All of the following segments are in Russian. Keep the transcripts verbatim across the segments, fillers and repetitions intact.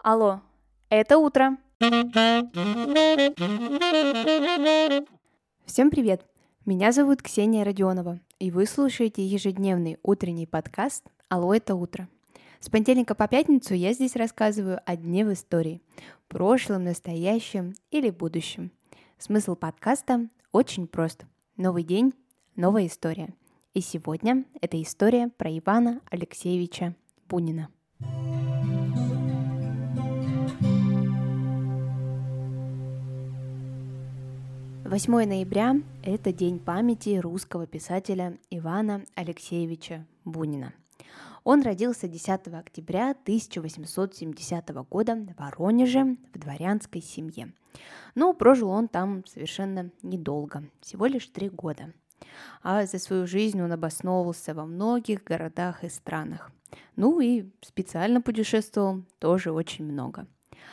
Алло, это утро. Всем привет! Меня зовут Ксения Родионова, и вы слушаете ежедневный утренний подкаст «Алло, это утро». С понедельника по пятницу я здесь рассказываю о дне в истории, прошлом, настоящем или будущем. Смысл подкаста очень прост. Новый день, новая история. И сегодня это история про Ивана Алексеевича Бунина. восьмое ноября – это день памяти русского писателя Ивана Алексеевича Бунина. Он родился десятого октября тысяча восемьсот семидесятого года в Воронеже в дворянской семье. Но прожил он там совершенно недолго, всего лишь три года. А за свою жизнь он обосновывался во многих городах и странах. Ну и специально путешествовал тоже очень много.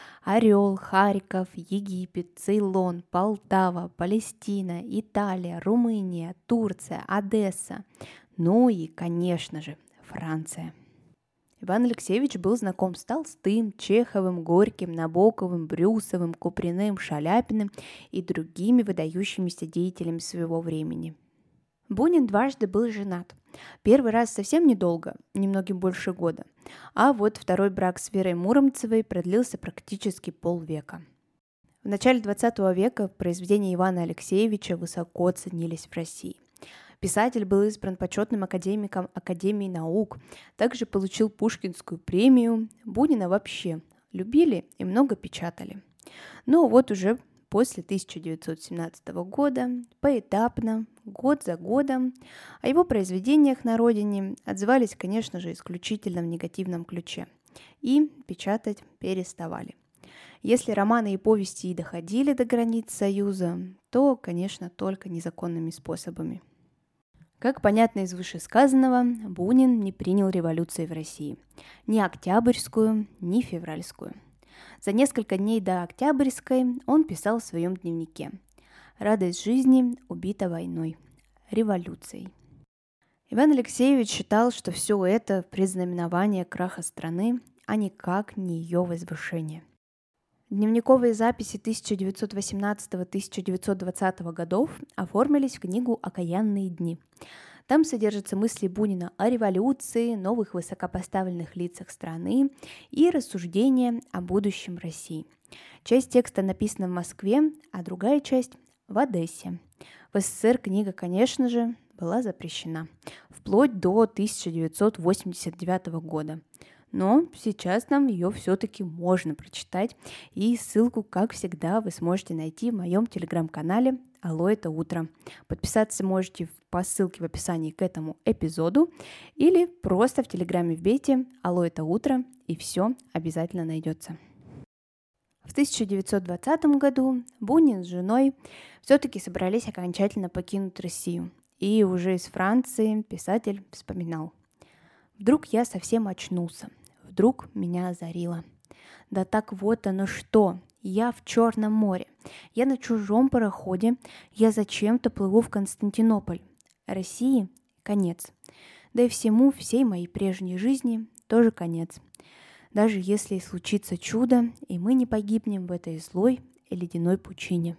Орел, Харьков, Египет, Цейлон, Полтава, Палестина, Италия, Румыния, Турция, Одесса. Ну и, конечно же, Франция. Иван Алексеевич был знаком с Толстым, Чеховым, Горьким, Набоковым, Брюсовым, Куприным, Шаляпиным и другими выдающимися деятелями своего времени. Бунин дважды был женат. Первый раз совсем недолго, немногим больше года, а вот второй брак с Верой Муромцевой продлился практически полвека. В начале двадцатого века произведения Ивана Алексеевича высоко ценились в России. Писатель был избран почетным академиком Академии наук, также получил Пушкинскую премию. Бунина вообще любили и много печатали. Но вот уже после тысяча девятьсот семнадцатого года, поэтапно, год за годом, о его произведениях на родине отзывались, конечно же, исключительно в негативном ключе. И печатать переставали. Если романы и повести и доходили до границ Союза, то, конечно, только незаконными способами. Как понятно из вышесказанного, Бунин не принял революции в России. Ни Октябрьскую, ни Февральскую. За несколько дней до Октябрьской он писал в своем дневнике: «Радость жизни убита войной, революцией». Иван Алексеевич считал, что все это предзнаменование краха страны, а никак не ее возвышение. Дневниковые записи тысяча девятьсот восемнадцатого - тысяча девятьсот двадцатого годов оформились в книгу «Окаянные дни». Там содержатся мысли Бунина о революции, новых высокопоставленных лицах страны и рассуждения о будущем России. Часть текста написана в Москве, а другая часть – в Одессе. В СССР книга, конечно же, была запрещена, вплоть до тысяча девятьсот восемьдесят девятого года. Но сейчас нам ее все-таки можно прочитать, и ссылку, как всегда, вы сможете найти в моем телеграм-канале «Алло, это утро». Подписаться можете по ссылке в описании к этому эпизоду или просто в телеграме вбейте «Алло, это утро», и все обязательно найдется. В тысяча девятьсот двадцатом году Бунин с женой все-таки собрались окончательно покинуть Россию, и уже из Франции писатель вспоминал: «Вдруг я совсем очнулся. Вдруг меня озарило. Да так вот оно что, я в Черном море, я на чужом пароходе, я зачем-то плыву в Константинополь. России конец. Да и всему, всей моей прежней жизни тоже конец. Даже если случится чудо, и мы не погибнем в этой злой и ледяной пучине».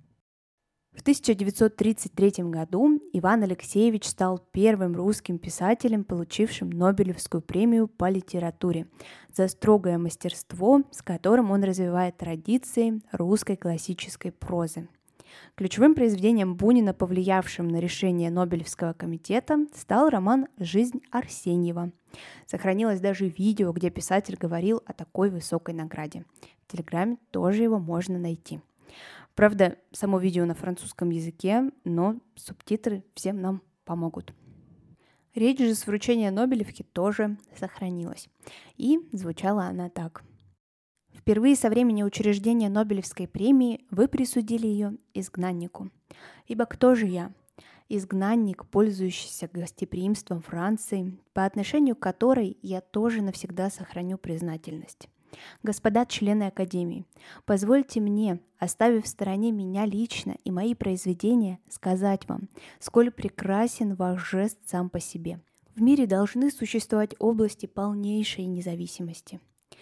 В тысяча девятьсот тридцать третьем году Иван Алексеевич стал первым русским писателем, получившим Нобелевскую премию по литературе за строгое мастерство, с которым он развивает традиции русской классической прозы. Ключевым произведением Бунина, повлиявшим на решение Нобелевского комитета, стал роман «Жизнь Арсеньева». Сохранилось даже видео, где писатель говорил о такой высокой награде. В Телеграме тоже его можно найти. Правда, само видео на французском языке, но субтитры всем нам помогут. Речь же с вручения Нобелевки тоже сохранилась. И звучала она так. «Впервые со времени учреждения Нобелевской премии вы присудили ее изгнаннику. Ибо кто же я? Изгнанник, пользующийся гостеприимством Франции, по отношению к которой я тоже навсегда сохраню признательность. Господа члены Академии, позвольте мне, оставив в стороне меня лично и мои произведения, сказать вам, сколь прекрасен ваш жест сам по себе. В мире должны существовать области полнейшей независимости.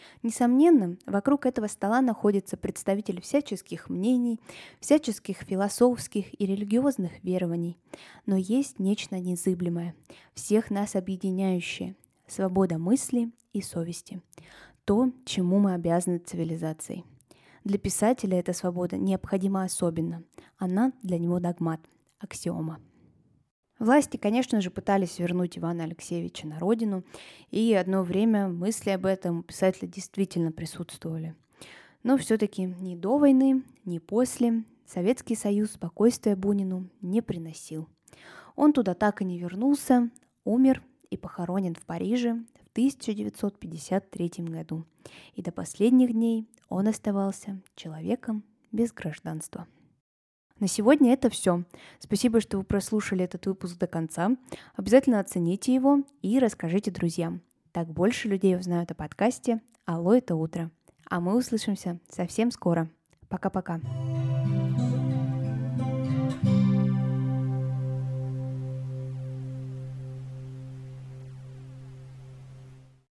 Несомненно, вокруг этого стола находятся представители всяческих мнений, всяческих философских и религиозных верований. Но есть нечто незыблемое, всех нас объединяющее – свобода мысли и совести. То, чему мы обязаны цивилизацией. Для писателя эта свобода необходима особенно. Она для него догмат, аксиома. Власти, конечно же, пытались вернуть Ивана Алексеевича на родину, и одно время мысли об этом у писателя действительно присутствовали. Но все-таки ни до войны, ни после Советский Союз спокойствия Бунину не приносил. Он туда так и не вернулся, умер и похоронен в Париже в тысяча девятьсот пятьдесят третьем году. И до последних дней он оставался человеком без гражданства. На сегодня это все. Спасибо, что вы прослушали этот выпуск до конца. Обязательно оцените его и расскажите друзьям. Так больше людей узнают о подкасте «Алло, это утро». А мы услышимся совсем скоро. Пока-пока.